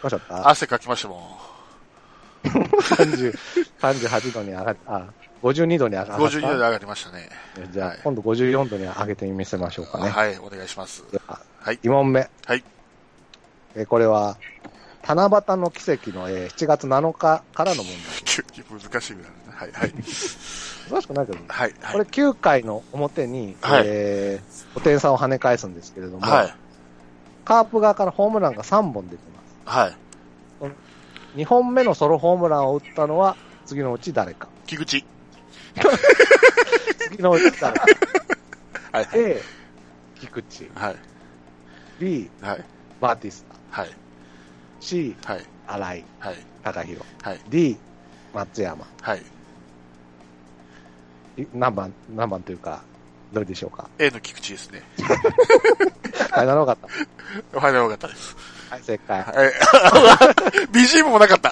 かしちゃった？ 汗かきましたもん。 38度に上がっ52度に上がった。 52度に上がりましたね。 じゃあ、今度54度に上げてみせましょうかね。 はい、お願いします。 はい。 2 問目。 はい。 これは、七夕の奇跡の7月7日からの問題。 難しいぐらいですね。はい、はい。 難しくないけど、 はい、はい。 これ9回の表に、 はい、 5点差を跳ね返すんですけれども、 はい。 カープ側からホームランが3本出てます。 はい。 2本目のソロホームランを打ったのは、次のうち誰か。 菊池。 次のうち誰か。 はい、 A、菊池。 はい。 B、 はい。 バーティスタ。 はい。 C、 はい。 新井。 はい。 高弘。 はい。 D、松山。 はい。 何番というか、どれでしょうか。 A の菊池ですね。 ファイナル多かった。 ファイナル多かったです。 はい、正解。 はい。BGM もなかった。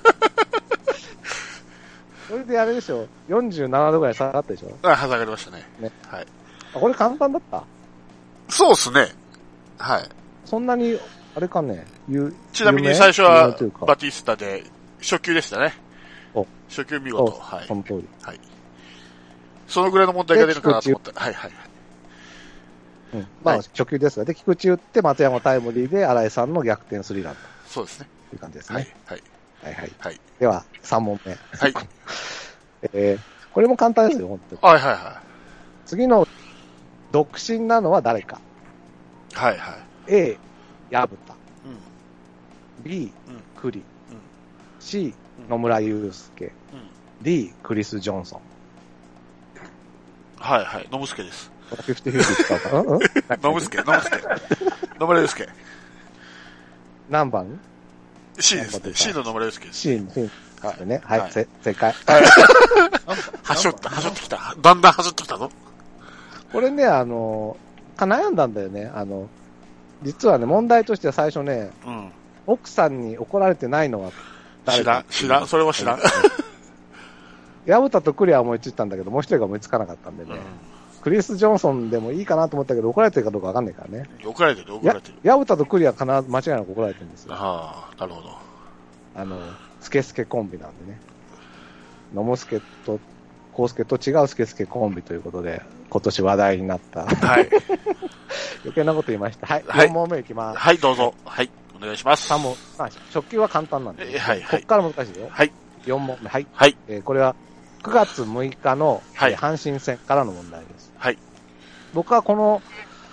それであれでしょ、47度ぐらい下がったでしょ。 下がりましたね。 ね。 はい。 これ簡単だった？ そうですね。はい。 そんなに、あれかね、 ちなみに最初はバティスタで初級でしたね。初級見事。はい。 その通り。 はい。そのぐらいの問題が出るかなと思った。はいはい。 うん。まあ、初級ですが、で、菊池打って松山タイムリーで新井さんの逆転スリーランと。 そうですね。 いう感じですね。 はい。 はいはい。 はい。 では、3問目。 はい。 これも簡単ですよ、本当に。 はいはいはい。 次の独身なのは誰か。 はいはい。 A、矢蓋。 うん。 B、栗。 うん。 C、野村祐介。 うん。 D、クリス・ジョンソン。 はいはい。野村です。 50-50使うか。うんうん。 野村祐介。 何番？ C ですね。C の野村祐介です。 C ですね。はい、正解。 はしょってきた。だんだんはしょってきたぞ。 これね、悩んだんだよね。実はね、問題としては最初ね、 うん。 奥さんに怒られてないのは誰か。 知らん。それは知らん。 矢蓋とクリアは思いついたんだけど、もう一人が思いつかなかったんでね。クリス・ジョンソンでもいいかなと思ったけど、怒られてるかどうかわかんないからね。 怒られてる。 矢蓋とクリアは必ず間違いなく怒られてるんですよ。 ああ、なるほど。 スケスケコンビなんでね。野茂助と、コウスケと違うスケスケコンビということで、今年話題になった。 はい。 余計なこと言いました。はい。4問目いきます。 はい、どうぞ。はい。お願いします。 3問。初級は簡単なんで。 はい。 こっから難しいよ。 はい。 4問目。はい。 はい。 これは9月6日の、阪神戦からの問題です。 はい。 僕はこの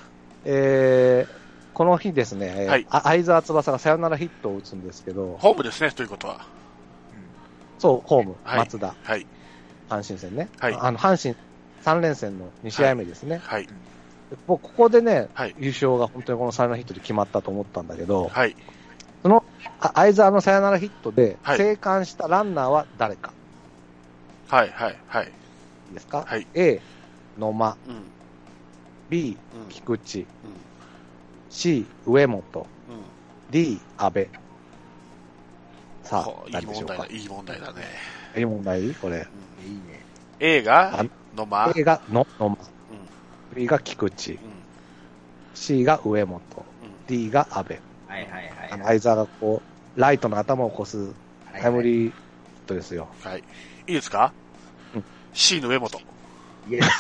日ですね、 はい。 相澤翼がサヨナラヒットを打つんですけど。 ホームですね、ということは。 そう、ホーム。 はい、 松田。 はい。 阪神戦ね。 はい。 阪神3連戦の2試合目ですね。 はい。 ここでね、 はい、 優勝が本当にこのサヨナラヒットで決まったと思ったんだけど、 はい。 その相澤のサヨナラヒットで生還したランナーは誰か。 はい、はい、はい。いいですか？ はい。 A、野間。 うん、 B、菊池。 うん、 C、上本。 うん、 D、阿部。さあ、 いい問題だ、いい問題だね。 いい問題これ。 いいね。A が野間。 A が野間。 うん、 B が菊池。 うん、 C が上本。 うん、 D が阿部。 はいはいはい。 相澤がこう、ライトの頭を越すタイムリーヒットですよ。 はい。いいですか？うん。C の上本。 イエ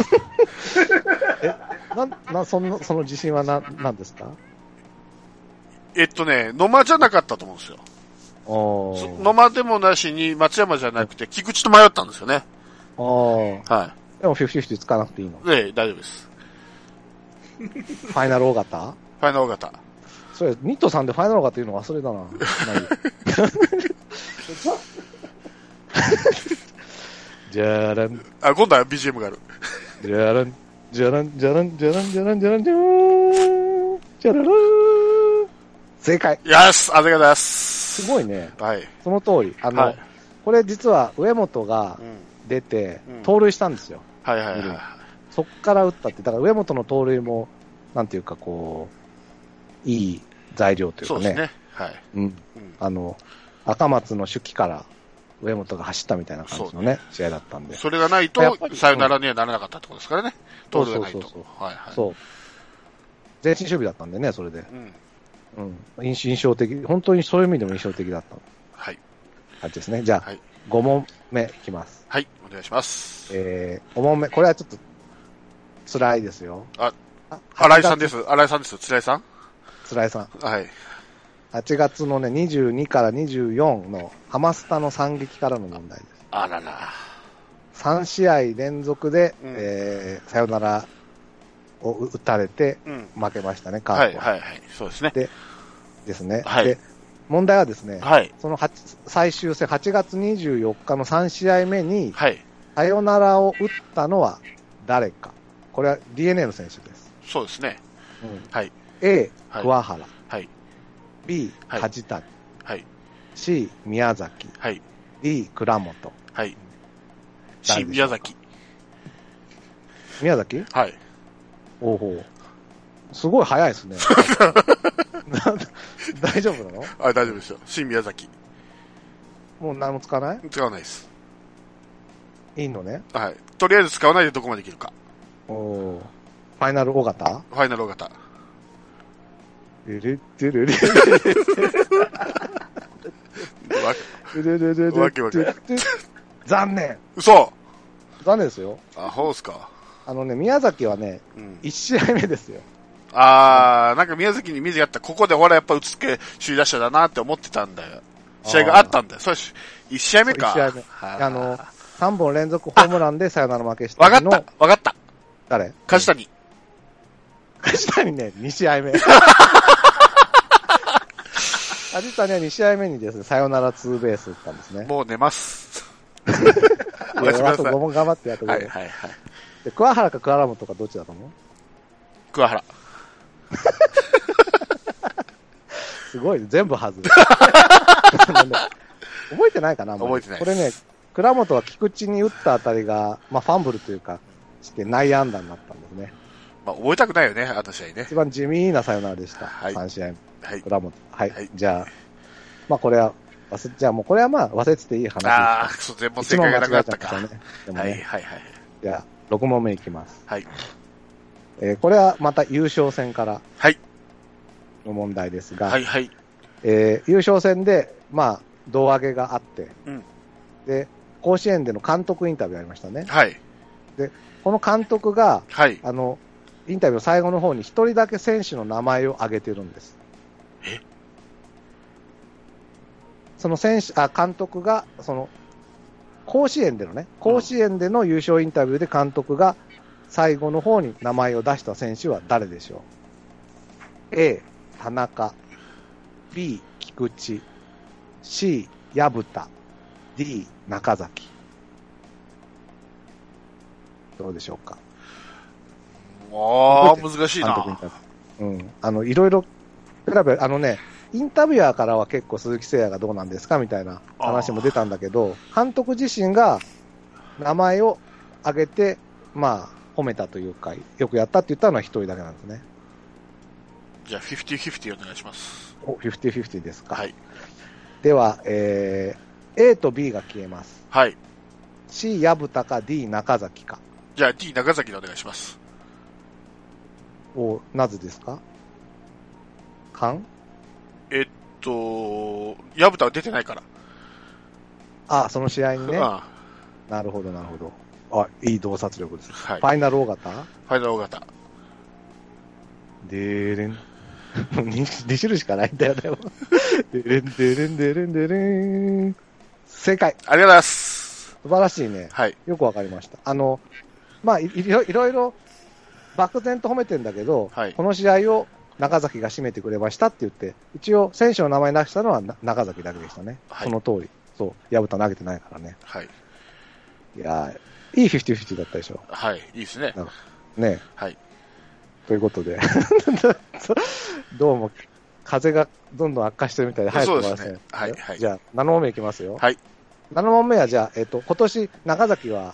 ス。 その自信は何ですか？ 野間じゃなかったと思うんですよ。野間でもなしに松山じゃなくて菊池と迷ったんですよね。 はい。でも50-50つかなくていいの？ 大丈夫です。 ファイナル大型？ ファイナル大型。 それ、ニットさんでファイナル大型言うの忘れたな。じゃらん。 今度は BGM がある。 じゃらん、じゃらん、じゃらん、じゃらん、じゃらん、じゃらん、じゃらん、じゃららー。正解。 やす、ありがとうございます。 すごいね。 はい。 その通り。これ実は上本が出て、盗塁したんですよ。 はいはいはい。 そっから打ったって、だから上本の盗塁も、なんていうかこう、いい材料というかね。 そうですね。はい。 うん。赤松の手記から上本が走ったみたいな感じのね、試合だったんで。 それがないと、サヨナラにはならなかったってことですからね。盗塁がないと。 そう。 はいはい。 そう。前進守備だったんでね、それで。 うん。 印象的、本当にそういう意味でも印象的だったはい。 感じですね。じゃあ、 はい。 5問目いきます。 はい、お願いします。 5問目、これはちょっと辛いですよ。 新井さんです。新井さんです。つらいさん辛いさん。 はい。 8月のね、22から24のハマスタの惨劇からの問題です。 あらら。 3試合連続で、サヨナラを打たれて負けましたね、カープは。 はいはいはい。そうですね。 ですね。 はい。 で、問題はですね、 はい。 その最終戦、8月24日の3試合目に、 はい。 サヨナラを打ったのは誰か。これは DNA の選手です。 そうですね。はい。 A、桑原。 はい。 B、梶谷。 はい。 C、宮崎。 はい。 D、倉本。 はい。C、宮崎。 宮崎？ はい。 おほう。すごい早いですね。大丈夫なの？ 大丈夫ですよ。C、宮崎。 もう何も使わない？ 使わないです。 いいのね。 はい。とりあえず使わないでどこまでいけるか。 おー。ファイナル尾形？ ファイナル尾形。わけわけ。 残念。 嘘。 残念ですよ。 ほうすか。 宮崎はね、1試合目ですよ。 なんか宮崎に見てやった。ここでほらやっぱ打つけ首位打者だなって思ってたんだよ。試合があったんだよ。それ、1試合目か。 1試合目。3本連続ホームランでサヨナラ負けしたの。 わかった。 誰？ 梶谷。 梶谷ね、2試合目。梶谷は2試合目にですね、サヨナラツーベース打ったんですね。 もう寝ます。 いや、あと5問頑張ってやってくれ。 はいはいはい。 で、桑原か桑本かどっちだと思う？ 桑原。 すごい、全部外れ。覚えてないかな？ 覚えてない。 これね、倉本は菊池に打ったあたりが、ファンブルというか、して内野安打になったんですね。 覚えたくないよね、あの試合ね。 一番地味なサヨナラでした。3試合。 はい。 倉本。はい。じゃあ、これは、じゃあもうこれは忘れてていい話です。 そう、全問正解がなくなったか。 ね。でもね。 はいはいはい。 じゃあ、6問目いきます。 はい。 これはまた優勝戦からはい。 の問題ですが、 はいはい。 優勝戦で、胴上げがあって、で、甲子園での監督インタビューありましたね。 はい。 で、この監督が、 はい。 インタビューの最後の方に一人だけ選手の名前を挙げてるんです。その監督が、甲子園での優勝インタビューで監督が最後の方に名前を出した選手は誰でしょう？ A、田中。B、菊池。C、薮田。D、中崎。どうでしょうか？ 難しいな。 いろいろ、インタビュアーからは結構鈴木誠也がどうなんですかみたいな話も出たんだけど、監督自身が名前を挙げて、褒めたというか、よくやったって言ったのは一人だけなんですね。 じゃあ、50-50お願いします。 50-50ですか。 はい。 では、A と B が消えます。 はい。 C、薮田か D、中崎か。 じゃあ D、中崎でお願いします。 なぜですか？ 薮田は出てないから。 その試合にね。なるほど、なるほど。いい洞察力です。 はい。 ファイナル尾形？ ファイナル尾形。 でーれん。2種類しかないんだよね。でれん、でれん、でれん、でれん。正解。 ありがとうございます。 素晴らしいね。 はい。 よくわかりました。いろいろ、漠然と褒めてんだけど、 はい、 この試合を中崎が締めてくれましたって言って、一応選手の名前出したのは中崎だけでしたね。はい、その通り。そう。薮田投げてないからね。 はい。 いやいい50-50だったでしょ。 はい。いいですね。 ね。 はい。 ということで、どうも、風がどんどん悪化してるみたいで早く終わらせない。 はい、はい。 じゃあ、7問目いきますよ。 はい。 7問目はじゃあ、今年、中崎は、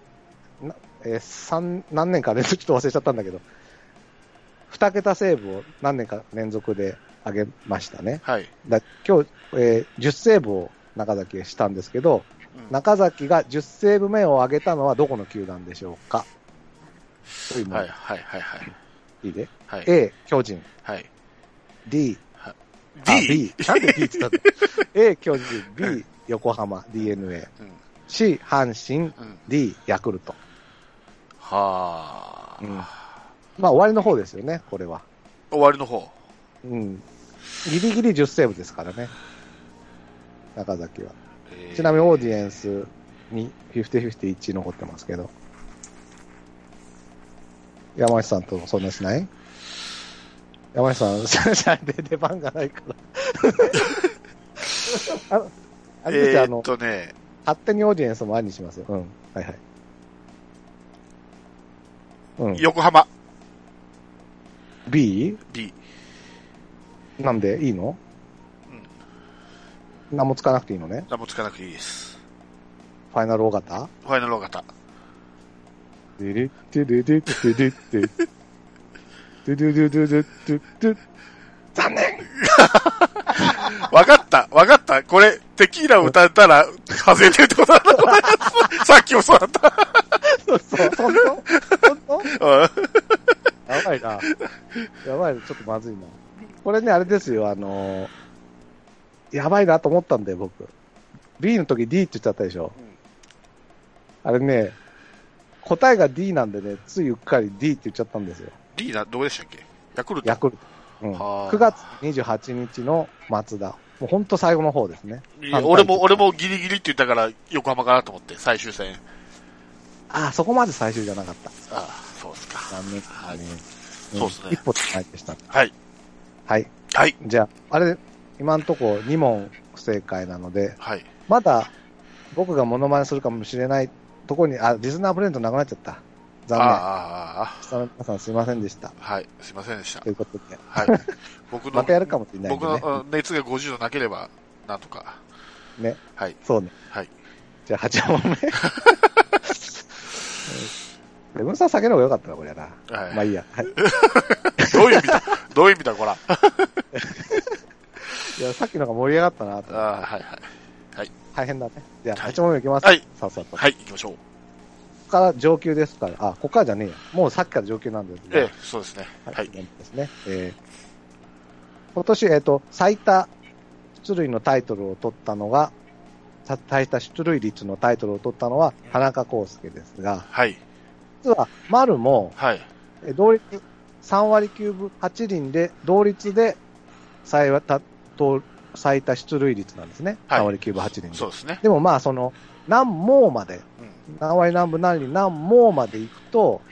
何年か連続ちょっと忘れちゃったんだけど、2桁セーブを何年か連続で上げましたね。 はい。 今日、10セーブを中崎がしたんですけど、中崎が10セーブ目を上げたのはどこの球団でしょうか？ はい、はい、はい、はい。 いいで、 はい、 A、巨人。 はい。 D、 D? なんで D って言ったの？A、巨人、B、横浜、DNA、 うん、 C、阪神、 うん、 D、ヤクルト。 はあ、 うん。まあ終わりの方ですよね、これは。 終わりの方。 うん。ギリギリ10セーブですからね。中崎は。ちなみにオーディエンスに50-51残ってますけど。山内さんとそんなしない？山内さん、出番がないから。あれですよ、 ね、 勝手にオーディエンスもありにしますよ。うん。はいはい。うん。 横浜。 B？ B。 なんでいいの？何もつかなくていいのね。 何もつかなくていいです。 ファイナル大型？ ファイナル大型。 ででででででででででででで残念わかった。これ、テキーラを歌ったら、外れてるってことだと思います。さっきもそうだった。 そう、本当うん、 やばいな。やばいな、ちょっとまずいな。これね、あれですよ、やばいなと思ったんだよ、僕。B の時 D って言っちゃったでしょ。あれね、答えが D なんでね、ついうっかり D って言っちゃったんですよ。 D どこでしたっけ？ヤクルト。 ヤクルト。うん、9月28日の松田。もうほんと最後の方ですね。 俺もギリギリって言ったから横浜かなと思って、最終戦。 ああ、そこまで最終じゃなかった。 ああ、そうですか。 残念ですね。 はい、 うん、 そうですね。 一歩手前でした。 はい。 はい。 はい。 じゃあ、あれ、今んとこ2問不正解なので、 はい。 まだ僕がモノマネするかもしれないところに、リスナープレゼントなくなっちゃった。残念。皆さんすいませんでした。 はい、すいませんでした。 ということで。 はい。僕の、 またやるかもしれないんで、ね。 僕の熱が50度なければ、なんとか。 ね。 はい。 そうね。 はい。 じゃあ8問目。レブンさん下げる方がよかったな、これな。はい。まあいいや。はい。 どういう意味だ、こら。 いや、さっきのが盛り上がったなと。 はいはい。はい。 大変だね。じゃあ8問目いきます。 はい。 さっさと。 はい、行きましょう。 ここから上級ですから、ここからじゃねえや。もうさっきから上級なんですが。 そうですね。 はい。ですね。今年、最多出塁のタイトルを取ったのが、最多出塁率のタイトルを取ったのは、田中康介ですが、 はい。 実は、丸も、 はい。 同率3割9分8厘で、同率で最多出塁率なんですね。はい、3割9分8厘で。 そうですね。 でもまあ、何毛まで、何割何分何厘何毛まで行くと、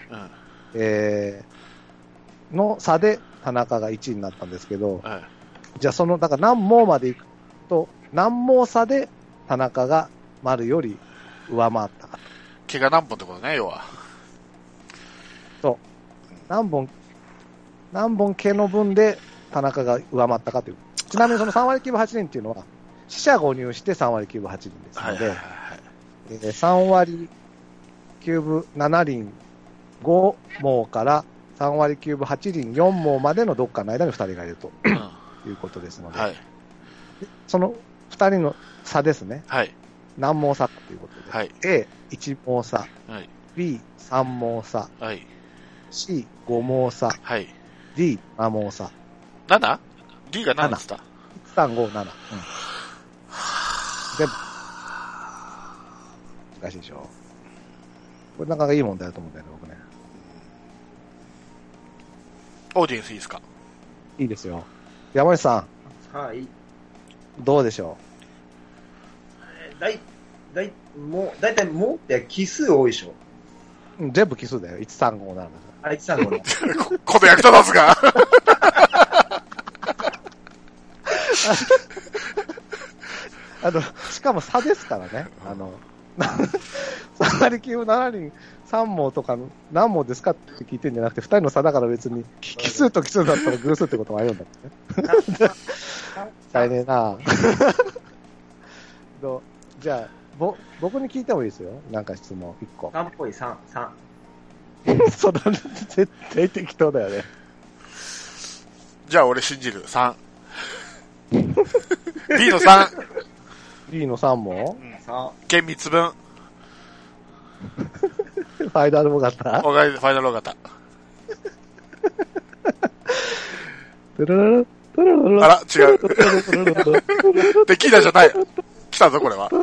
の差で田中が1位になったんですけど、じゃあだから何毛まで行くと、何毛差で田中が丸より上回ったか。 毛が何本ってことね、要は。 そう。何本毛の分で田中が上回ったかという。ちなみにその3割9分8厘っていうのは、四捨五入して3割9分8厘ですので、3割9分7厘5毛から3割9分8厘4毛までのどっかの間に2人がいるということですので、 はい、 その2人の差ですね。 はい、 何毛差ということで、はい、A1 毛差、はい、B3 毛差、はい、C5 毛差、はい、D7 毛差。 7？ D が7ですか？ 1,3,5,7。全部。難しいでしょ。これなかなかいい問題だと思うんだよね、僕ね。 オーディエンスいいですか？ いいですよ。山内さん。はい。 どうでしょう？だいたいもうって奇数多いでしょ？ うん、全部奇数だよ。1,3,5,7。 あ、1,3,5,7。 この役立たずかしかも差ですからね。3割9分7厘3毛とか何毛ですかって聞いてんじゃなくて、2人の差だから別に、奇数と奇数だったら偶数ってこともあるんだってね。大変なじゃあ、僕に聞いてもいいですよ。なんか質問1個。 3っぽい、3。 それ絶対適当だよね。 じゃあ俺信じる。3。B の 3。 B の3も、 県密分。 ファイナル大型？ ファイナル大型。 トゥルルルあら、違う。テキーラじゃない。来たぞ、これは。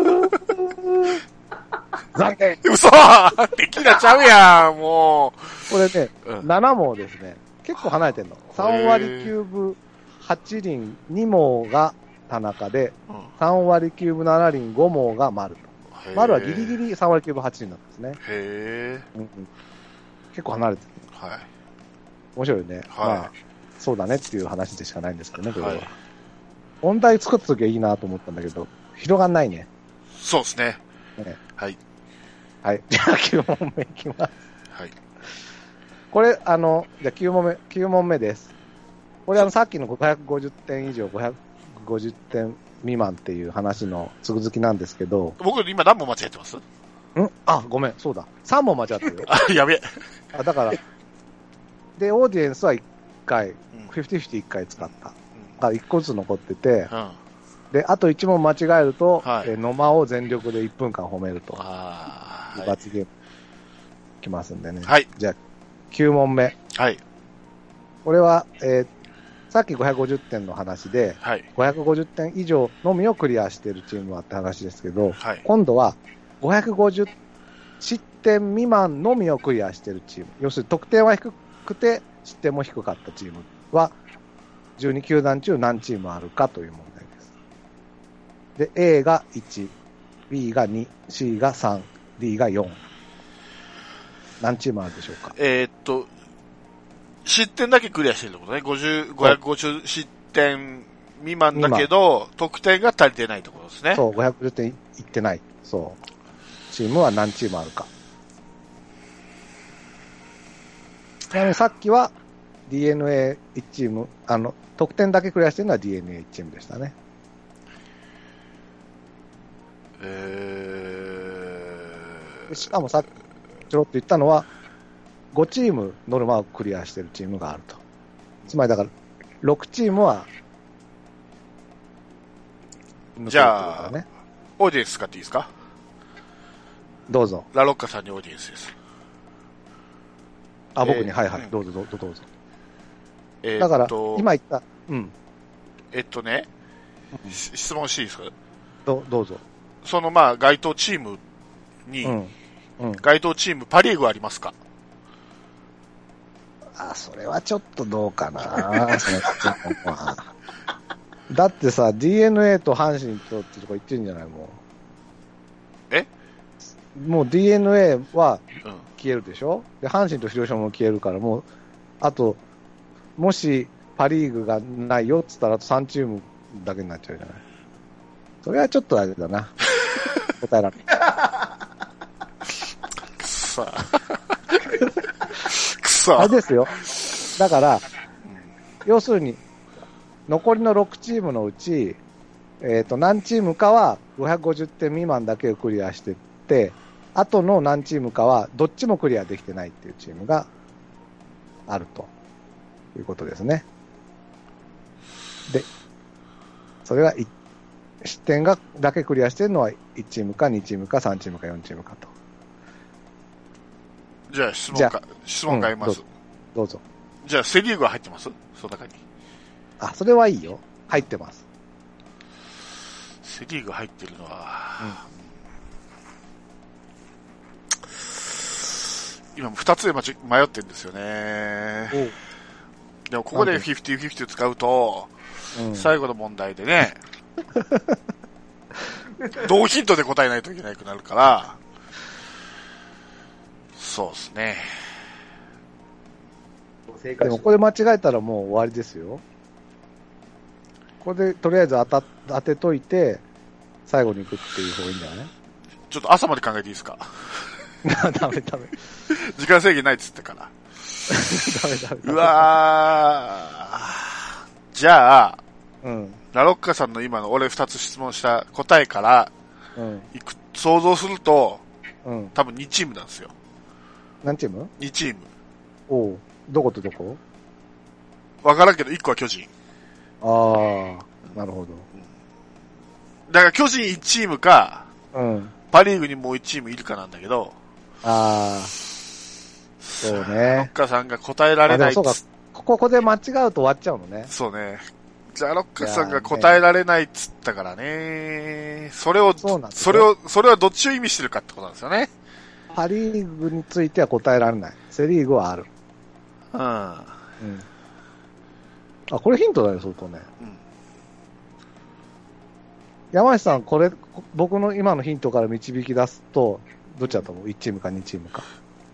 残念。 嘘テキーラちゃうやん、もこれね、 うん 7毛ですね。結構離れてんの。3割9分8厘2毛が田中で、 う。 3割9分7厘5毛が丸と。 うん、 丸はギリギリ3割9分8厘なんですね。 へうんうん、結構離れてる。 ー。はい。 面白いね。 はいまあ、そうだねっていう話でしかないんですけどね、これは。 はい。 問題作った時はいいなと思ったんだけど、広がんないね。 そうですね。 ねはい。 はい。じゃあ9問目いきます。 はい。 これ、じゃあ9問目です。これさっきの550点以上、550点未満っていう話の続きなんですけど、 僕今何問間違えてます？ あ、ごめん、そうだ。3問間違ってるよ。 あ、やべえ。 あ、だから、で、オーディエンスは1回、 うん 50-50 1回使った。だから1個ずつ残ってて、 うん。 で、あと1問間違えると、 はい野間を全力で1分間褒めると。 ああ。はい。 罰ゲームきますんでね。 はい。 じゃあ、9問目。 はい。 これは、さっき550点の話で、 はい。 550点以上のみをクリアしているチームはって話ですけど、 はい。 今度は550失点未満のみをクリアしているチーム。要するに得点は低くて失点も低かったチームは12球団中何チームあるかという問題です。で、A が1、B が2、C が3、D が4。何チームあるでしょうか？ 失点だけクリアしてるってことね。550失点未満だけど、得点が足りてないってことですね。 そう、550点いってない。そう。チームは何チームあるか。ちなみにさっきは DNA1 チーム、得点だけクリアしてるのは DNA1 チームでしたね。しかもさっきちょろっと言ったのは、5チームノルマをクリアしてるチームがあると。つまりだから、6チームは、 じゃあ、 ね、 オーディエンス使っていいですか？ どうぞ。 ラロッカさんにオーディエンスです。 僕に、はいはい、 うんどうぞ。だから、今言った、 ね、質問していいですか？ どうぞ。 その該当チームに、該当チームパリーグはありますか？ それはちょっとどうかなだってさ、DNA と阪神とってとこ言ってるんじゃないもう。もう DNA は消えるでしょ？で、阪神と広島も消えるから、もう、あと、もしパリーグがないよって言ったら、あと3チームだけになっちゃうじゃない。それはちょっとあれだな。答えられない。 くそ。くそ。 あれですよ。だから、要するに、残りの6チームのうち、何チームかは550点未満だけをクリアしてって、あとの何チームかはどっちもクリアできてないっていうチームがあるということですね。で、それは失点だけクリアしてるのは1チームか2チームか3チームか4チームかと。 じゃあ質問変えます。 どうぞ。 じゃあセリーグは入ってます？その中に。 それはいいよ。入ってます。 セリーグ入ってるのは、今も2つで迷ってるんですよね。でもここで50-50使うと、最後の問題でね、ノーヒントで答えないといけなくなるから、そうですね。 でもこれ間違えたらもう終わりですよ。これでとりあえず当てといて、最後に行くっていう方がいいんじゃない？ ちょっと朝まで考えていいですか？ ダメ。 時間制限ないっつってから。 ダメ。 うわー。じゃあ、ラロッカさんの今の俺2つ質問した答えから、想像すると、多分2チームなんですよ。 何チーム？ 2 チーム。 おう。どことどこ？ わからんけど1個は巨人。 なるほど。 だから巨人1チームか、パリーグにもう1チームいるかなんだけど、 そうね。 ラロッカさんが答えられない。 そうか。ここで間違うと終わっちゃうのね。 そうね。 ラロッカさんが答えられないっつったからね。それはどっちを意味してるかってことなんですよね。 パリーグについては答えられない。セリーグはある。 うん。あ、 これヒントだよ、相当ね。 うん。 山下さん、これ、僕の今のヒントから導き出すと、どっちだと思う？ 1 チームか2チームか。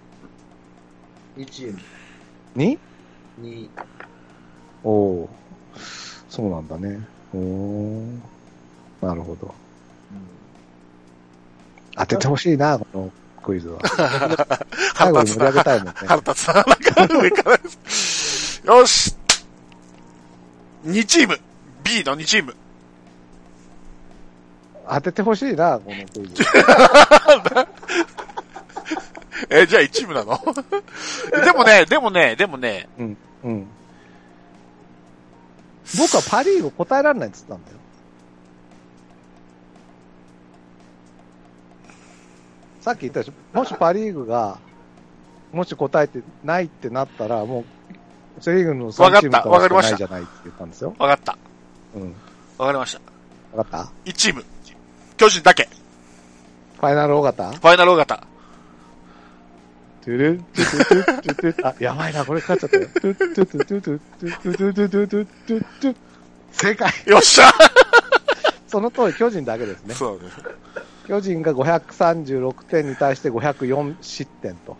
2チーム。 2？ 2。 おー。そうなんだね。なるほど。当ててほしいな、このクイズは。最後に盛り上げたいもんね。 腹立つな。なんか上から。よし !2 チーム !B の2チーム。 当ててほしいな、このクイズ。 じゃあ1チームなのでもね。 うん。僕はパリーグ答えられないって言ったんだよ。さっき言ったでしょ。もしパリーグが、もし答えてないってなったら、もう、セリーグの3チームからしかないじゃないって言ったんですよ。 わかった。 うん。 わかりました。 わかった ?1 チーム。巨人だけ。 ファイナル尾形？ ファイナル尾形。 トゥルン、トゥトゥトゥトゥトゥ、あ、やばいな、これかかっちゃったよ。トゥトゥトゥトゥトゥトゥトゥトゥトゥトゥトゥトゥトゥ。正解。 よっしゃその通り、巨人だけですね。 そうです。 巨人が536点に対して504失点と。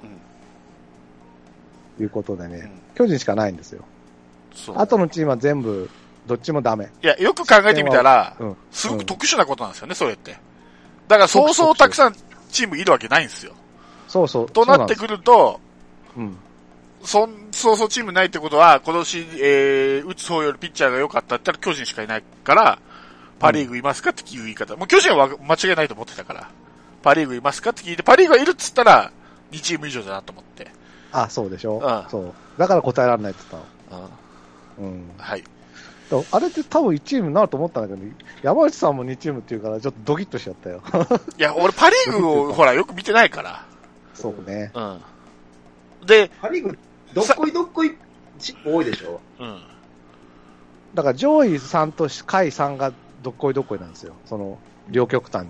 いうことでね、巨人しかないんですよ。あとのチームは全部、どっちもダメ。 いや、よく考えてみたら、すごく特殊なことなんですよね、それって。だから、そうそうたくさんチームいるわけないんですよ。 そうそう。 となってくると、そうそうチームないってことは、今年、打つ方よりピッチャーが良かったって言ったら巨人しかいないから、パリーグいますかっていう言い方。もう巨人は間違いないと思ってたから、パリーグいますかって聞いて、パリーグがいるっつったら、2チーム以上だなと思って。 あ、そうでしょ。そう。だから答えられないって言ったの。 はい。 あれって多分1チームになると思ったんだけど、山内さんも2チームって言うから、ちょっとドキッとしちゃったよ。 いや、俺パリーグをほら、よく見てないから。 そうね。 で、 パリーグ、どっこいチーム多いでしょ。 だから上位3と下位3がどっこいどっこいなんですよ。その、両極端に。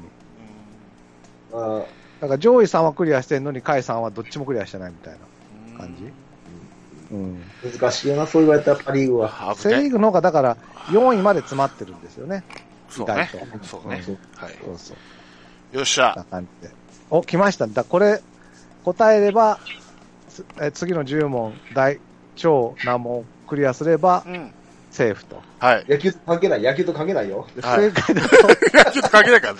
だから上位3はクリアしてんのに下位3はどっちもクリアしてないみたいな感じ。 難しいよな、そう言われたらパリーグは。 セリーグの方がだから4位まで詰まってるんですよね。 意外と。そうね。はい。 そう。 よっしゃ。 な感じで。お、来ました。これ、答えれば、次の10問、超難問クリアすれば、セーフと。 はい。 野球と関係ないよ。 正解だと。 野球と関係ないからね。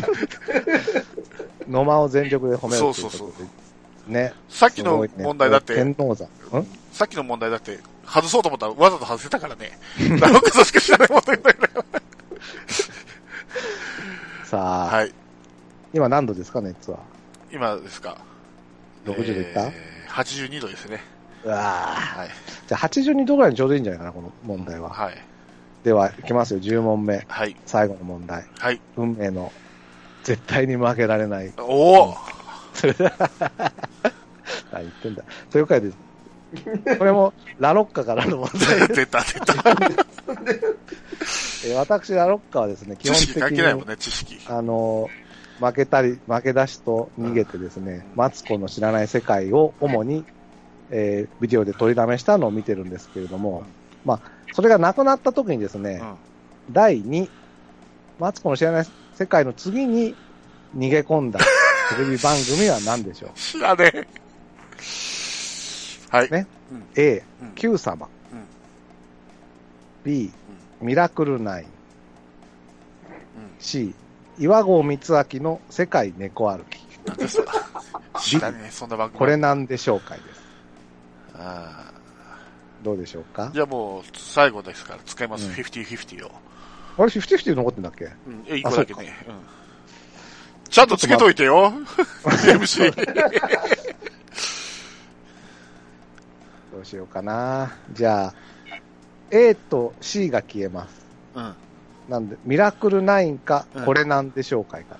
野間を全力で褒める。 そう。 ね。 さっきの問題だって、 天王山。 さっきの問題だって、外そうと思ったらわざと外せたからね。ラロッカさんしか知らない問題だよ。 さあ。 はい。 今何度ですか、熱は。 今ですか。 60度いった ?82 度ですね。 うわはい。 じゃあ82度ぐらいにちょうどいいんじゃないかな、この問題は。 はい。 では、いきますよ、10問目。 はい。 最後の問題。 はい。 運命の、絶対に負けられない。 おお何言ってんだ。というわけで、これも、ラロッカからの問題です。 出た。 私、ラロッカはですね、基本的に。 知識関係ないもんね、知識。 負け出しと逃げてですね、マツコの知らない世界を主に、ビデオで撮りだめしたのを見てるんですけれども、まあ、それがなくなった時にですね、第2、マツコの知らない世界の次に逃げ込んだテレビ番組は何でしょう？ 知らねえ。はい。 ね。A、Q 様。B、ミラクル9。C、岩合光明の世界猫歩き。 なんでそ知らねえ、そんな番組。 これなんでしょうかいです。どうでしょうか？ じゃあもう、最後ですから、使います、50-50を。 あれ、50-50残ってんだっけ 1個だけね。ちゃんとつけといてよ。MC。 どうしようかな。じゃあ、A と C が消えます。なんで、ミラクル9か、これなんでしょうかいか。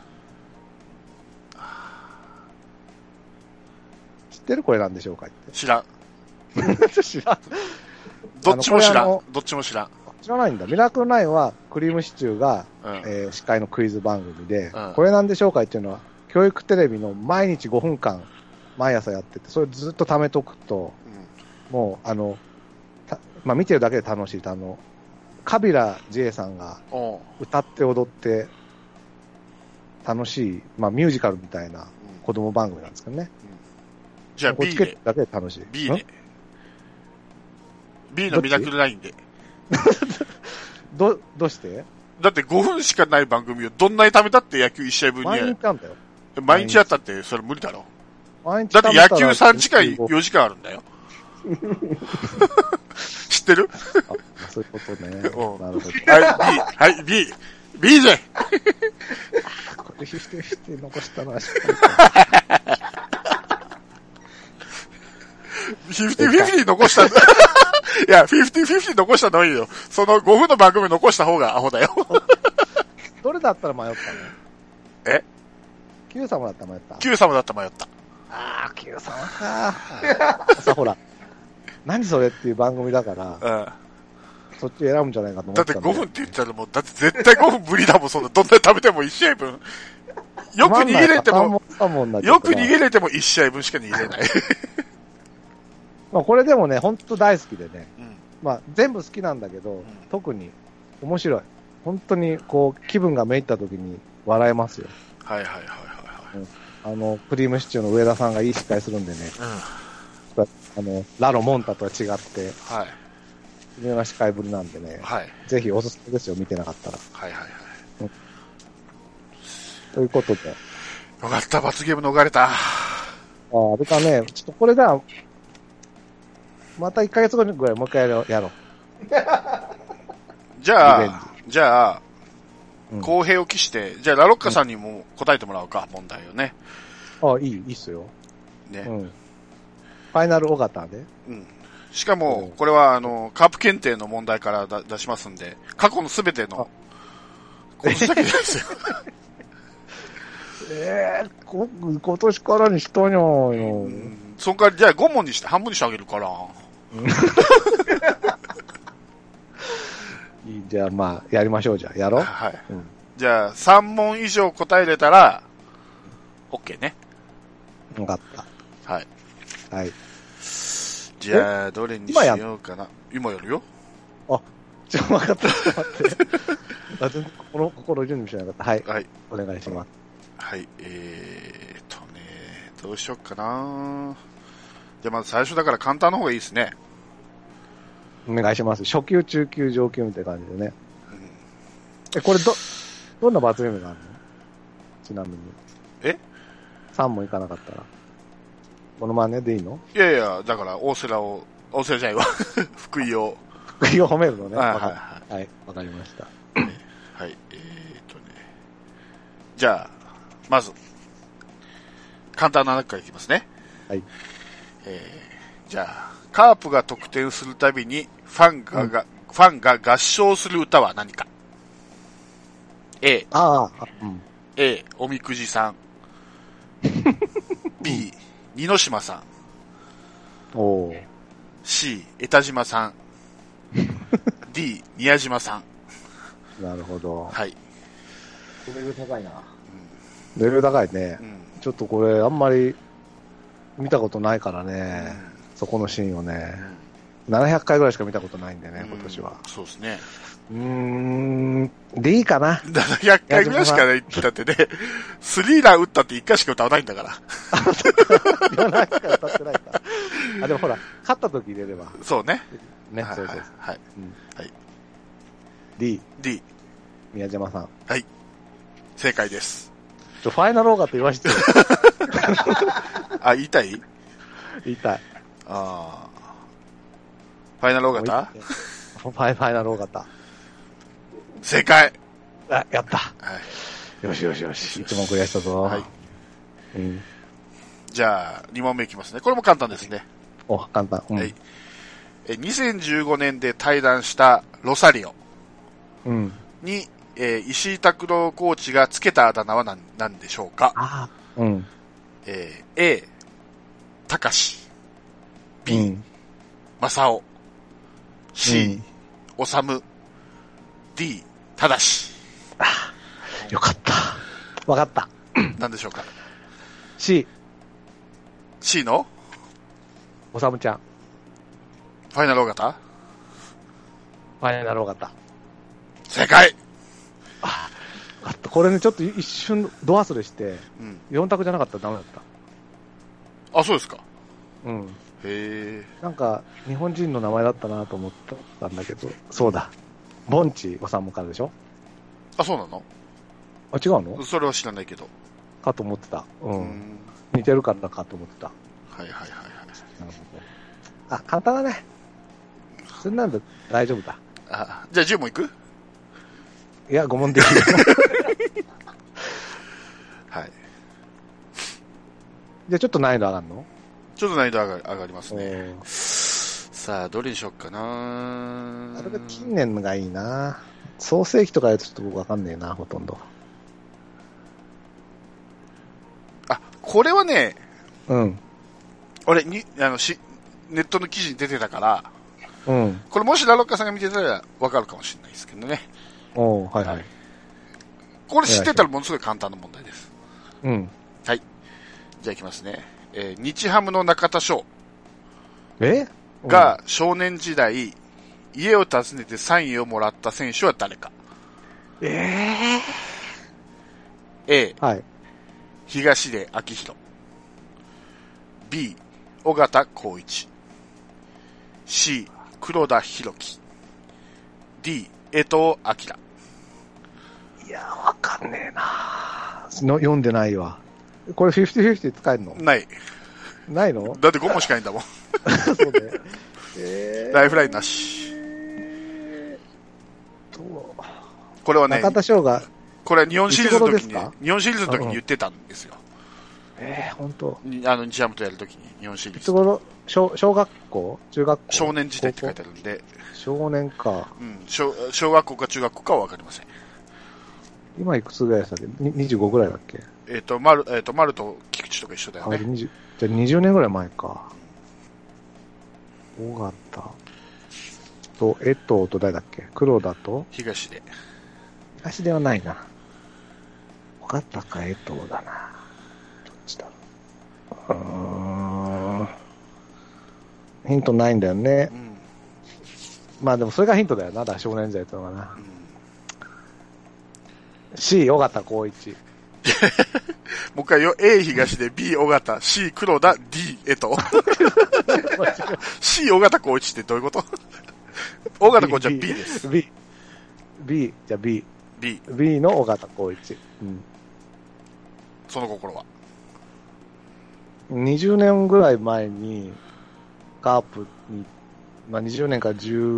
知ってるこれなんでしょうかいって。 知らん。 知らん。 どっちも知らん。どっちも知らん。 知らないんだ。ミラクル9は、クリームシチューが、司会のクイズ番組で、これなんでしょうかっていうのは、教育テレビの毎日5分間、毎朝やってて、それずっと貯めとくと、もう、まあ、見てるだけで楽しい。カビラ J さんが歌って踊って楽しい、まあ、ミュージカルみたいな子供番組なんですけどね。 じゃあ B で。 だけで楽しい。 B で。B のミラクル9で。 どうしてだって5分しかない番組をどんなに貯めたって野球1試合分には。 毎日あんだよ。 毎日やったってそれ無理だろ。 毎日だって野球3時間4時間あるんだよ。知ってる？ そういうことね。なるほど。 はい、B。B でこれ50-50残したのは失敗か。 50-50残したんだ。いや、50-50残したのはいいよ。その5分の番組残した方がアホだよ。 どれだったら迷ったの？ え？ Q 様だったら迷った？ Q 様だったら迷った。 あー、Q 様か。さ、ほら、何それっていう番組だから、そっち選ぶんじゃないかと思った。 だって5分って言ったらもう、だって絶対5分無理だもん、そんな、どんなに食べても1試合分。よく逃げれても1試合分しか逃げれない。 まあこれでもね、ほんと大好きでね、まあ全部好きなんだけど、特に面白い。本当にこう、気分がめいった時に笑えますよ。 はい。 クリームシチューの上田さんがいい司会するんでね、ラロモンタとは違って、 はい。 微妙な司会ぶりなんでね、 はい。 ぜひおすすめですよ、見てなかったら。 はい。 ということで。 よかった、罰ゲーム逃れた。 あれかね、ちょっとこれが、また1ヶ月後ぐらいもう一回やろう。 じゃあ、公平を期して、じゃあラロッカさんにも答えてもらおうか、問題をね。 いいっすよ。 ね。 ファイナル尾形で。 しかも、これはカープ検定の問題から出しますんで、過去のすべての、この先ですよ。 今年からにしたにゃーよ。 その代わり、じゃあ5問にして、半分にしてあげるから。 じゃあまあ、やりましょう、じゃあ。やろう。 はい。じゃあ、3問以上答えれたら、OK ね。 分かった。はい。 じゃあ、どれにしようかな。今やるよ。 分かった。待って。全然心準備しなかった。はい。はい。お願いします。 はい。どうしようかな。じゃあまず最初だから簡単な方がいいですね。 お願いします。初級、中級、上級みたいな感じでね。これどんな罰ゲームがあるの？ちなみに。3問いかなかったら。モノマネでいいの？ いや、だから大瀬良じゃないわ。福井を褒めるのね。 はい、 わかりました。 はい、じゃあ、まず、簡単な中からいきますね。はい。じゃあ、カープが得点するたびにファンが合唱する歌は何か。A、おみくじさん。B、二ノ島さん。C、江田島さん。D、宮島さん。 なるほど。 はい。 レベル高いな。 レベル高いね。ちょっとこれあんまり見たことないからね。そこのシーンをね。700回ぐらいしか見たことないんでね、今年は。 そうですね。 D かな。 700回ぐらいしかないってだってね、スリーラー打ったって1回しか歌わないんだから。 700回歌ってないか。でもほら、勝った時入れれば。 そうね。 ね、そうです。 はい。はい。 D。宮島さん。 はい。正解です。 ファイナルオーガって言わしてよ。 言いたい？ 言いたい。 ファイナルオーガファイナルオーガ正解。 やった。はい。よし。1問クリアしたぞ。はい。 じゃあ、2問目いきますね。これも簡単ですね。 簡単。 はい。2015年で退団したロサリオに、石井拓郎コーチがつけたあだ名は何でしょうか。A、高志。B、正雄。C、おさむ。 D、ただし。 よかった。わかった。 何でしょうか。 C。 C のおさむちゃん。 ファイナル尾形。 ファイナル尾形。 正解。 これね、ちょっと一瞬ド忘れして、4択じゃなかったらダメだった。 あ、そうですか。 うん。 へー。なんか、日本人の名前だったなと思ったんだけど、そうだ。ボンチおさむからでしょ？ あ、そうなの？ あ、違うの？ それは知らないけど。 かと思ってた。うん。似てるからかと思ってた。 はいはいはいはい。なるほど。あ、簡単だね。そんなんで大丈夫だ。 あ、じゃあ10問いく？ いや、5問でいいよ。 はい。 じゃあちょっと難易度上がるの？ ちょっと難易度上がりますね。さあ、どれにしよっかな。 あれが近年のがいいな。創世記とかやるとちょっと僕わかんねえな、ほとんど。 あ、これはね、 うん。 俺に、ネットの記事に出てたから、 うん。 これもしラロッカさんが見てたらわかるかもしれないですけどね。 おー、はいはい。 これ知ってたらものすごい簡単な問題です。 うん。 はい。じゃあいきますね。日ハムの中田翔が少年時代、家を訪ねてサインをもらった選手は誰か。A、 はい。 東出昭弘。B、尾形光一。C、黒田博樹。D、江藤明。 いやー、わかんねえな読んでないわ。これ50-50使えるの？ ないの？だって5問しかないんだもん。 そうね。 ライフラインなし。これはね、 中田翔が、 これは日本シリーズの時に、言ってたんですよ。 本当。 日ハムとやるときに、日本シリーズ。 いつ頃、小学校？中学校？ 少年時代って書いてあるんで。 少年か。 うん。小学校か中学校かはわかりません。 今いくつぐらいでしたっけ？25ぐらいだっけ？ 丸と菊池とか一緒だよね。 じゃあ20年ぐらい前か。尾形と、江藤と誰だっけ？黒田と東出。 東出はないな。尾形か江藤だな。どっちだろう。ヒントないんだよね。うん、まあでもそれがヒントだよな。だから少年時代ってのはな。C、尾形光一。 もう一回よ。A 東で B 尾形、C 黒田、D 江藤。C 尾形光一ってどういうこと？尾形光一は B です。 B、じゃあ B の尾形光一。うん。 その心は 20年ぐらい前に、カープに、まあ20年から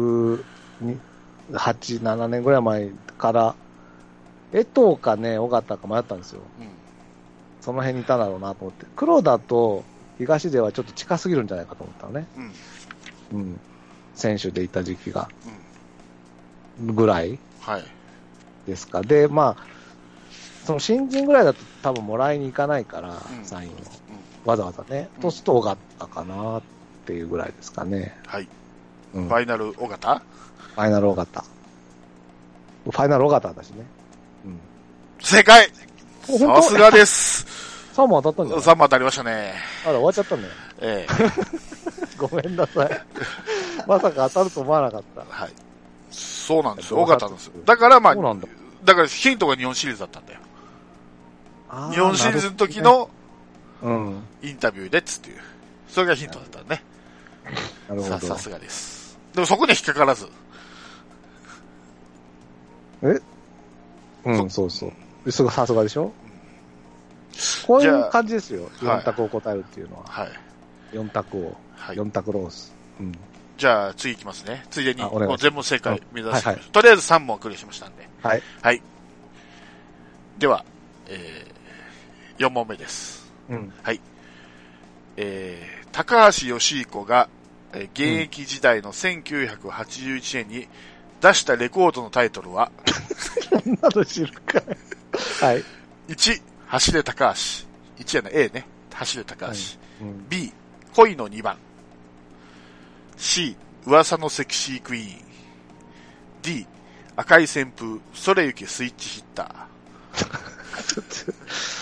18、7年ぐらい前から、江藤かね、尾形か迷ったんですよ。うん、その辺にいただろうなと思って。黒田と東出はちょっと近すぎるんじゃないかと思ったのね。うん。うん。選手でいた時期が。うん。ぐらいですか。はい、で、まあ、その新人ぐらいだと多分もらいに行かないから、うん、サインを。うん、わざわざね。そうすると尾形かなっていうぐらいですかね。 はい。うん、ファイナル尾形？ ファイナル尾形。ファイナル尾形だしね。うん、 正解！さすがです。 3問当たったんじゃない？ 3問当たりましたね。 あら、終わっちゃったんだよ。 ええ。 ごめんなさい。まさか当たると思わなかった。 はい。そうなんですよ。尾形なんですよ。だからまあ、だからヒントが日本シリーズだったんだよ。日本シリーズの時の、インタビューでっつっていう。それがヒントだったね。 なるほど。 さすがです。でもそこには引っかからず。 うん、そうそう。さすがでしょ、こういう感じですよ。4択を答えるっていうのは。はい。4択を。はい。4択ロース。うん。 じゃあ、次いきますね。ついでに、もう全問正解目指して、 はいはい、 とりあえず3問クリアしましたんで。 はい。 はい。では、4問目です。 うん。 はい。高橋義彦が、現役時代の1981年に出したレコードのタイトルは、 そんなの知るかい。はい。 1、走れ高橋。1やな、A ね。走れ高橋。 うん。 B、恋の2番。C、噂のセクシークイーン。D、 赤い旋風、それゆけスイッチヒッター。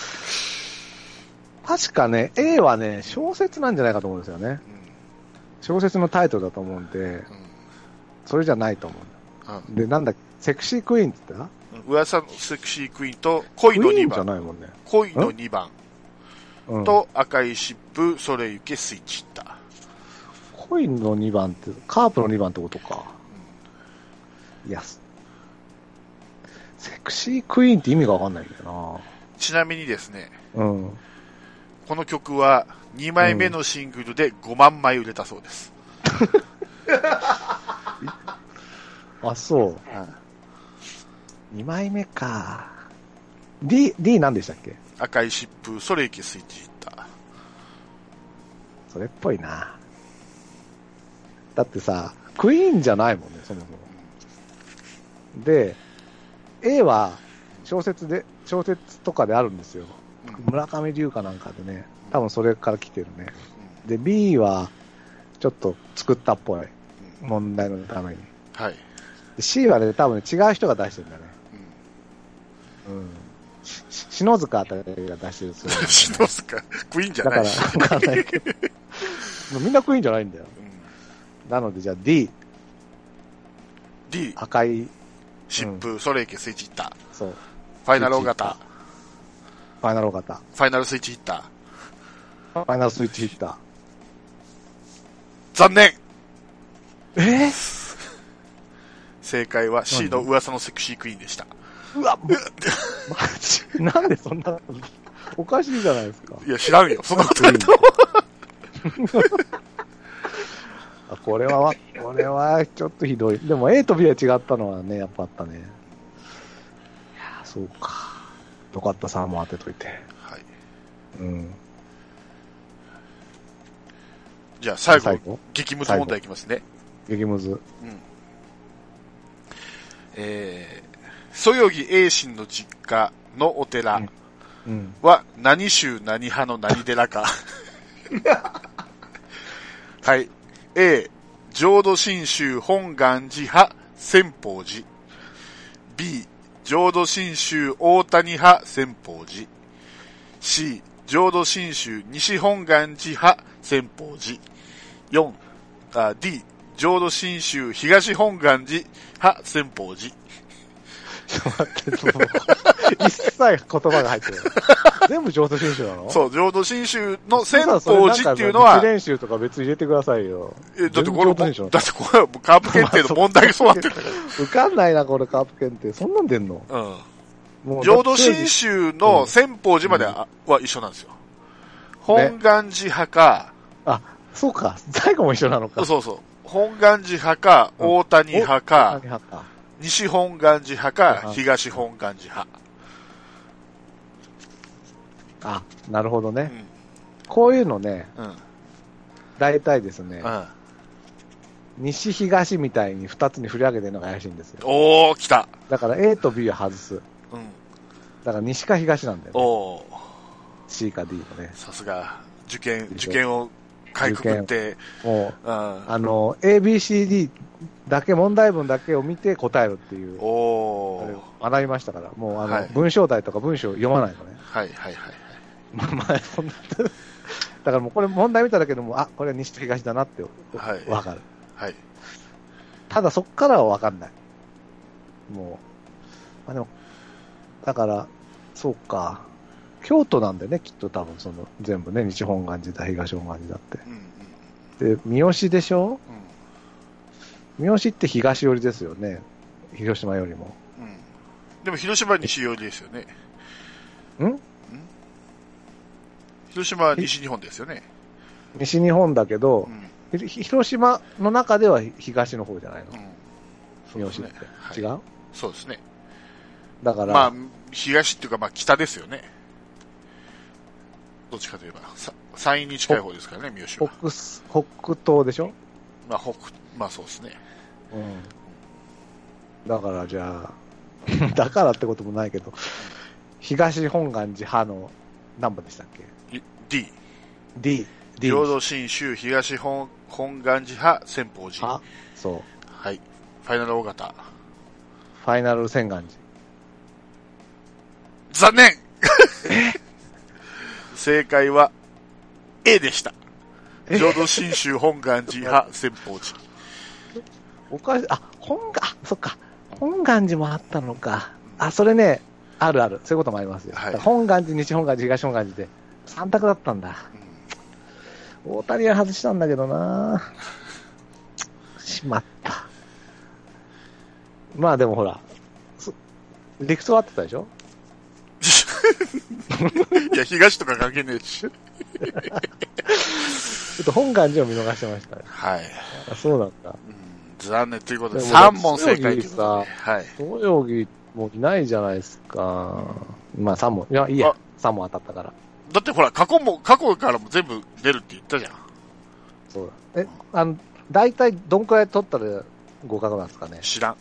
確かね、A はね、小説なんじゃないかと思うんですよね。小説のタイトルだと思うんで、それじゃないと思う。で、なんだっけ、セクシークイーンって言った？ 噂のセクシークイーンと恋の2番。クイーンじゃないもんね。恋の2番。と赤い疾風、それゆけスイッチヒッター。 恋の2番って、カープの2番ってことか。いや、セクシークイーンって意味がわかんないんだよな。 ちなみにですね、この曲は2枚目のシングルで5万枚売れたそうです。 あ、そう。2枚目か。D 何でしたっけ？ 赤い疾風、それゆけスイッチヒッター。 それっぽいな。だってさ、クイーンじゃないもんね、そもそも。で、A は小説とかであるんですよ。村上龍かなんかでね、多分それから来てるね。で、B はちょっと作ったっぽい。問題のために。 はい。 で C はね、多分違う人が出してるんだね。篠塚あたりが出してる、ね。 篠塚クイーンじゃないし。だから、わかんないけど。 みんなクイーンじゃないんだよ。なので、じゃあ D。赤い。 疾風、それゆけスイッチヒッター。 そう。 ファイナル型。 ファイナル型。 ファイナルスイッチヒッター。ファイナルスイッチヒッター。 残念。正解は C の噂のセクシークイーンでした。 うわ、マジなんでそんな、おかしいじゃないですか。 いや、知らんよ。そんなことないと思う。これはちょっとひどい。でも A と B は違ったのはね、やっぱあったね。いや、そうか。よかった、3も当てといて。はい。 じゃあ最後、激ムズ問題いきますね。 激ムズ。 そよぎ栄心の実家のお寺は何宗何派の何寺か。はい。A、浄土真宗本願寺派千宝寺。B、浄土真宗大谷派千宝寺。C、浄土真宗西本願寺派千宝寺。D、浄土真宗東本願寺派千宝寺。 ちょっと待って、一切言葉が入ってる。全部浄土真宗なの？そう、 浄土真宗の千宝寺っていうのは。 練習とか別に入れてくださいよ。 だってこれ、カープ検定の問題がそうなってるんだから。 受かんないな、これカープ検定。そんなん出んの？ 浄土真宗の千宝寺までは一緒なんですよ。本願寺派か。 あ、そうか。最後も一緒なのか。 そうそう。本願寺派か、大谷派か、西本願寺派か、東本願寺派。 あ、なるほどね。こういうのね、大体ですね、西東みたいに2つに振り上げてるのが怪しいんですよ。 おー、来た。 だから A と B は外す。だから西か東なんだよね。 おー。 C か D もね。 さすが、受験をかいくぐって、 もう、ABCD だけ、問題文だけを見て答えるっていう、学びましたから、もう文章題とか文章読まないのね。 はいはいはい。 まあ、そんな、だからもうこれ問題見ただけでも、あ、これは西と東だなってわかる。 はい。 ただそっからはわかんない。もう、でも、だから、そうか。京都なんでね、きっと多分全部ね、西本願寺だ、東本願寺だって。で、三好でしょ？三好って東寄りですよね。広島よりも。 でも広島は西寄りですよね。広島は西日本ですよね。 西日本だけど、広島の中では東の方じゃないの？三好って。違う？ そうですね。 だから。 まあ、東っていうか、まあ北ですよね。どっちかといえば、山陰に近い方ですからね、三好は。 北東でしょ？ まあそうですね。 だからじゃあ、だからってこともないけど、東本願寺派の何番でしたっけ？ D。 浄土真宗東本願寺派千宝寺。 そう。 はい。ファイナル大型。 ファイナル千願寺。 残念正解は A でした。浄土真宗本願寺派先方寺。 おかしい、そっか。本願寺もあったのか。それね、あるある。そういうこともありますよ。はい、本願寺、西本願寺、東本願寺で3択だったんだ。大谷は外したんだけどな。しまった。まあでもほら、理屈は合ってたでしょいや、東とか関係ねえし。ちょっと本願寺を見逃してましたね。 はい。 そうなんだ。 残念ということで、3問正解ということで。はい。 東洋儀もいないじゃないですか。まあ3問。いや、いいや。3問当たったから。 だってほら、過去からも全部出るって言ったじゃん。 そうだ。大体どんくらい取ったら合格なんですかね。 知らん。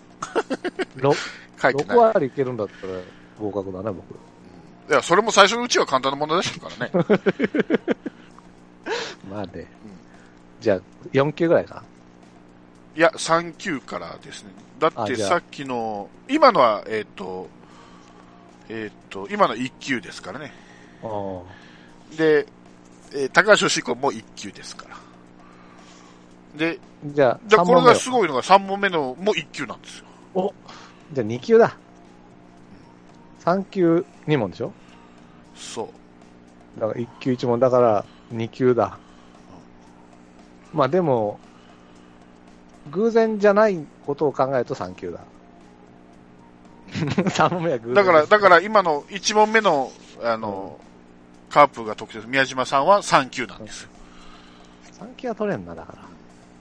6割いけるんだったら合格だね、僕。 いや、それも最初のうちは簡単な問題でしたからね。 まあね。じゃあ、4級ぐらいか。 いや、3級からですね。だってさっきの、今のは、今の1級ですからね。で、高橋義彦も1級ですから。で、 じゃあこれがすごいのが3問目のも1級なんですよ。 じゃあ2級だ。3級2問でしょ？ そう。 だから1級1問だから2級だ。まあでも、偶然じゃないことを考えると3級だ。3問目は偶然。 だから今の1問目の、カープが得点、宮島さんは3級なんですよ。 3級は取れんな、だから。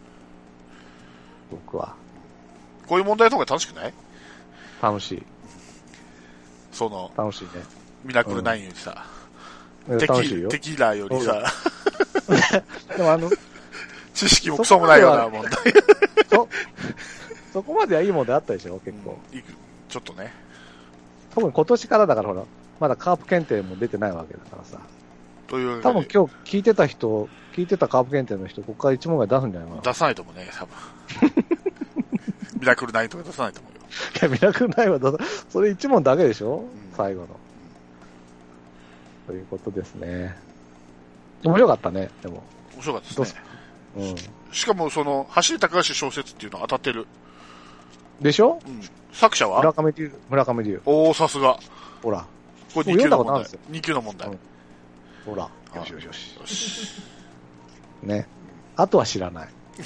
僕は。 こういう問題の方が楽しくない？ 楽しい。 楽しいね。ミラクル9よりさ、テキーラーよりさ、 でも知識もクソもないような問題。 そこまではいい問題あったでしょ、結構。 ちょっとね。 特に今年からだからほら、まだカープ検定も出てないわけだからさ。 というわけで。 多分今日聞いてたカープ検定の人、ここから1問ぐらい出すんじゃないかな。 出さないと思うね、多分。ミラクル9とか出さないと思うよ。 いや、ミラクル9はそれ1問だけでしょ、最後の。ということですね。面白かったね、でも。 面白かったですね。しかも走り高橋小説っていうのは当たってる。 でしょ？ 作者は村上龍。 おー、さすが。 ほら。 これ2級の問題。2級の問題。 ほら。よし。ね。あとは知らない。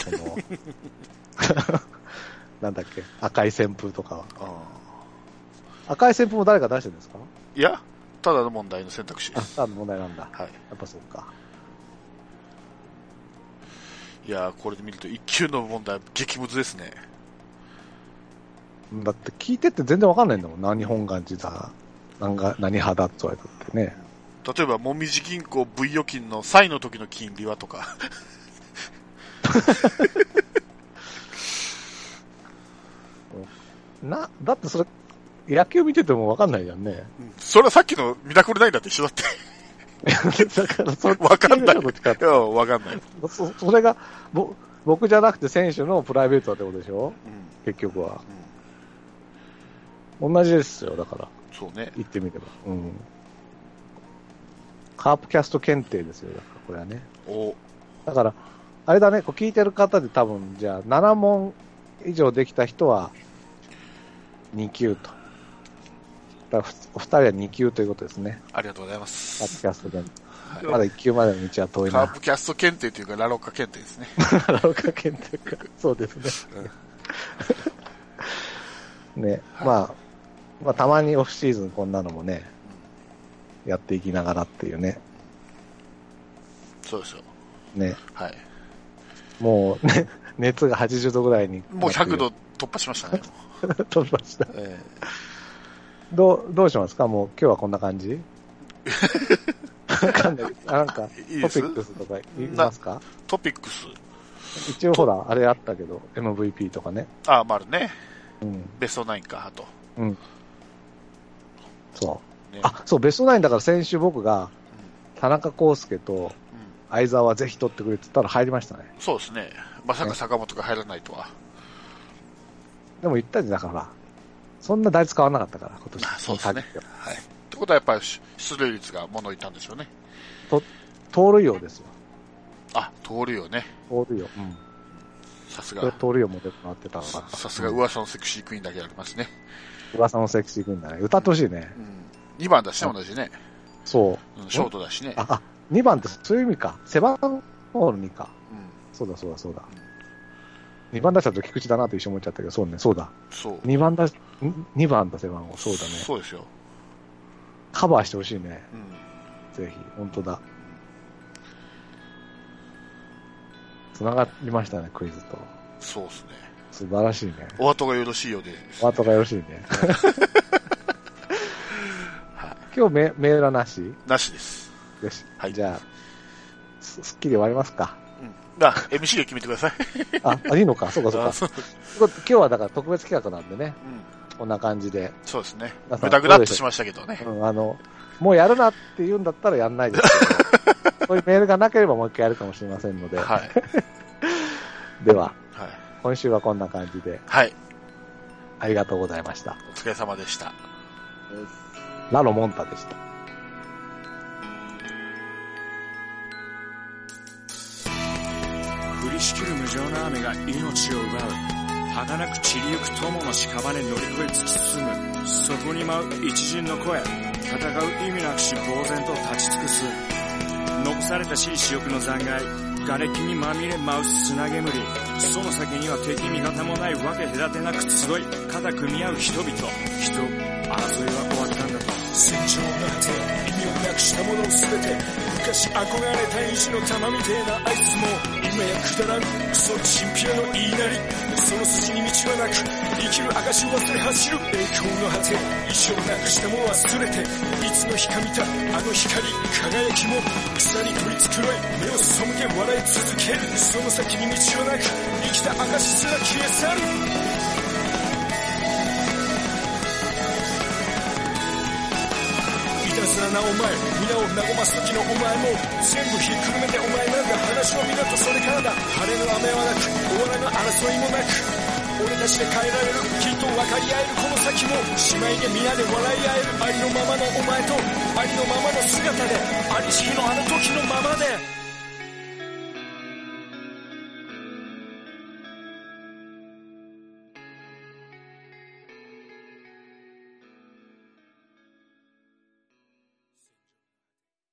なんだっけ、赤い旋風とかは。赤い旋風も誰か出してるんですか？ いや、ただの問題の選択肢です。 ただの問題なんだ。 はい。 やっぱそうか。 いやー、これで見ると1級の問題、激ムズですね。 だって聞いてって全然わかんないんだもん。何本願寺だ、何派だって言われたってね。 例えば、もみじ銀行 V 預金の債の時の金利はとか。 だってそれ、野球見ててもわかんないじゃんね。 それはさっきのミラクル9だって一緒だって。 だからそれ、 わかんない。わかんない。 それが、僕じゃなくて選手のプライベートだってことでしょ、結局は。同じですよ、だから。 そうね。 言ってみれば。カープキャスト検定ですよ、だからこれはね。だから、あれだね、聞いてる方で多分、じゃあ、7問以上できた人は、2級と。だからお二人は2級ということですね。 ありがとうございます。 カープキャスト検定。まだ1級までの道は遠いな。 カープキャスト検定というか、ラロッカ検定ですね。 ラロッカ検定か。そうですね。ね、まあ、たまにオフシーズンこんなのもね、やっていきながらっていうね。 そうですよ。 ね。 はい。 もう、ね、熱が80度ぐらいに。 もう100度突破しましたね。 突破した。どうしますか？もう今日はこんな感じ？わかんない。なんか、 いいです？ トピックスとか言いますか？ トピックス。 一応ほら、あれあったけど、MVP とかね。 あるね。ベストナインか、あと。 そう。ね、そう、ベストナインだから先週僕が、田中康介と、相澤はぜひ取ってくれって言ったら入りましたね。 そうですね。まさか坂本が入らないとは。 でも言ったんだから、 そんな打率変わらなかったから、今年。 そうですね。はい。ってことはやっぱり出塁率が物言ったんでしょうね。 盗塁王ですよ。 盗塁王ね。 盗塁王。うん。 さすが。 盗塁王も出てもらってたから。 さすが噂のセクシークイーンだけありますね。 噂のセクシークイーンだね。歌ってほしいね。 うん。2番だしね、同じね。 そう。 ショートだしね。 2番ってそういう意味か。背番号の2か。うん。そうだ。2番打者と菊池だなと一瞬思っちゃったけど、そうね、そうだ。 そう。 2番だ背番号、そうだね。 そうですよ。 カバーしてほしいね。うん。ぜひ、本当だ。繋がりましたね、クイズと。 そうですね。 素晴らしいね。 お後がよろしいようで。 お後がよろしいね。今日メールはなし？ なしです。 よし。 はい。 じゃあ、すっきり終わりますか。 MC で決めてください。 いいのか、そうか。今日はだから特別企画なんでね。こんな感じで。 そうですね。ぐだぐだっとしましたけどね。 もうやるなって言うんだったらやんないですけど、そういうメールがなければもう一回やるかもしれませんので。はい。では、今週はこんな感じで。 はい。 ありがとうございました。 お疲れ様でした。 ラロモンタでした。 降りしきる無情な雨が命を奪う。儚く散りゆく友の屍乗り越え突き進む。そこに舞う一陣の声。戦う意味なくし呆然と立ち尽くす。残された私利私欲の残骸。瓦礫にまみれ舞う砂煙。その先には敵味方もないわけ隔てなく集い肩組み合う人々。争いは終わったんだと。戦場の果て意味をなくしたもの全て。昔憧れた意地の玉みてえなあいつも今やくだらんクソチンピラの言いなり。その筋に道はなく生きる証を忘れ走る栄光の果て。意志をなくしたも忘れていつの日か見たあの光輝きも草に取り繕い目を背け笑い続ける。その先に道はなく生きた証すら消え去る。いたずらなお前皆を和ます時のお前も全部ひっくるめてお前なんか話を見ろとそれからだ。晴れの雨はなく終わらぬ争いもなく俺たちで変えられるきっと分かり合えるこの先も姉妹で皆で笑い合えるありのままのお前とありのままの姿でありし日のあの時のままで。